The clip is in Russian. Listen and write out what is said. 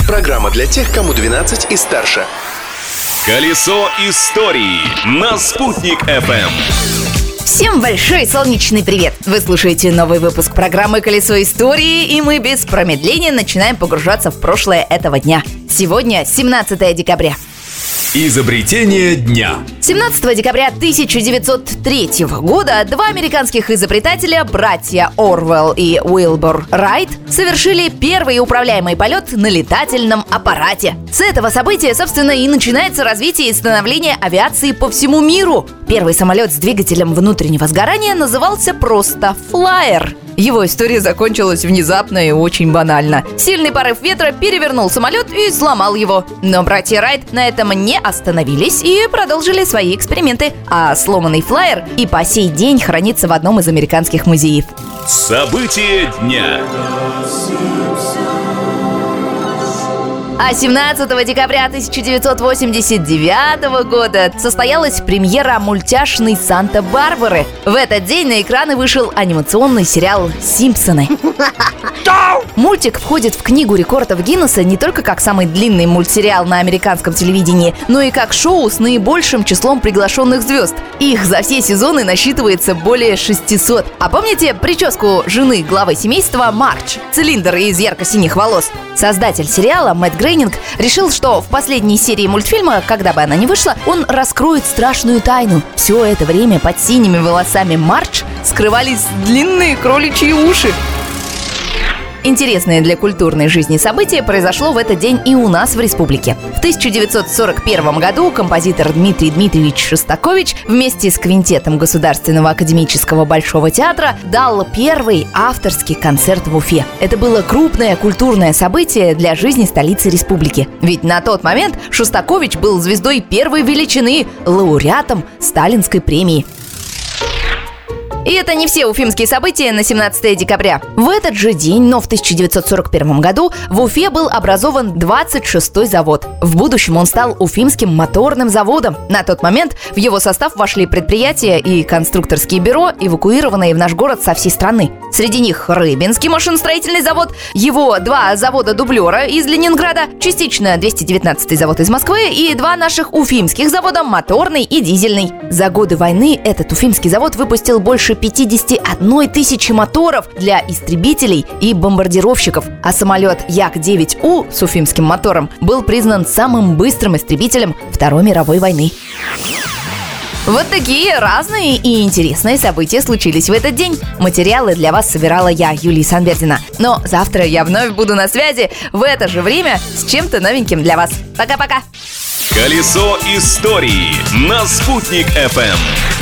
Программа для тех, кому 12 и старше. Колесо истории на Спутник FM. Всем большой солнечный привет! Вы слушаете новый выпуск программы «Колесо истории», и мы без промедления начинаем погружаться в прошлое этого дня. Сегодня 17 декабря. Изобретение дня. 17 декабря 1903 года два американских изобретателя, братья Орвелл и Уилбур Райт, совершили первый управляемый полет на летательном аппарате. С этого события, собственно, и начинается развитие и становление авиации по всему миру. Первый самолет с двигателем внутреннего сгорания назывался просто «Флайер». Его история закончилась внезапно и очень банально. Сильный порыв ветра перевернул самолет и сломал его. Но братья Райт на этом не остановились и продолжили свои эксперименты. А сломанный флайер и по сей день хранится в одном из американских музеев. События дня. А 17 декабря 1989 года состоялась премьера мультяшной «Санта-Барбары». В этот день на экраны вышел анимационный сериал «Симпсоны». Мультик входит в книгу рекордов Гиннесса не только как самый длинный мультсериал на американском телевидении, но и как шоу с наибольшим числом приглашенных звезд. Их за все сезоны насчитывается более 600. А помните прическу жены главы семейства Мардж? Цилиндр из ярко-синих волос. Создатель сериала Мэтт Грейнинг решил, что в последней серии мультфильма, когда бы она ни вышла, он раскроет страшную тайну. Все это время под синими волосами Мардж скрывались длинные кроличьи уши. Интересное для культурной жизни событие произошло в этот день и у нас в республике. В 1941 году композитор Дмитрий Дмитриевич Шостакович вместе с квинтетом Государственного академического Большого театра дал первый авторский концерт в Уфе. Это было крупное культурное событие для жизни столицы республики. Ведь на тот момент Шостакович был звездой первой величины, лауреатом Сталинской премии. И это не все уфимские события на 17 декабря. В этот же день, но в 1941 году, в Уфе был образован 26-й завод. В будущем он стал Уфимским моторным заводом. На тот момент в его состав вошли предприятия и конструкторские бюро, эвакуированные в наш город со всей страны. Среди них Рыбинский машиностроительный завод, его два завода-дублера из Ленинграда, частично 219-й завод из Москвы и два наших уфимских завода, моторный и дизельный. За годы войны этот уфимский завод выпустил больше 51 тысячи моторов для истребителей и бомбардировщиков. А самолет Як-9У с уфимским мотором был признан самым быстрым истребителем Второй мировой войны. Вот такие разные и интересные события случились в этот день. Материалы для вас собирала я, Юлия Санбердина. Но завтра я вновь буду на связи в это же время с чем-то новеньким для вас. Пока-пока! Колесо истории на Спутник FM.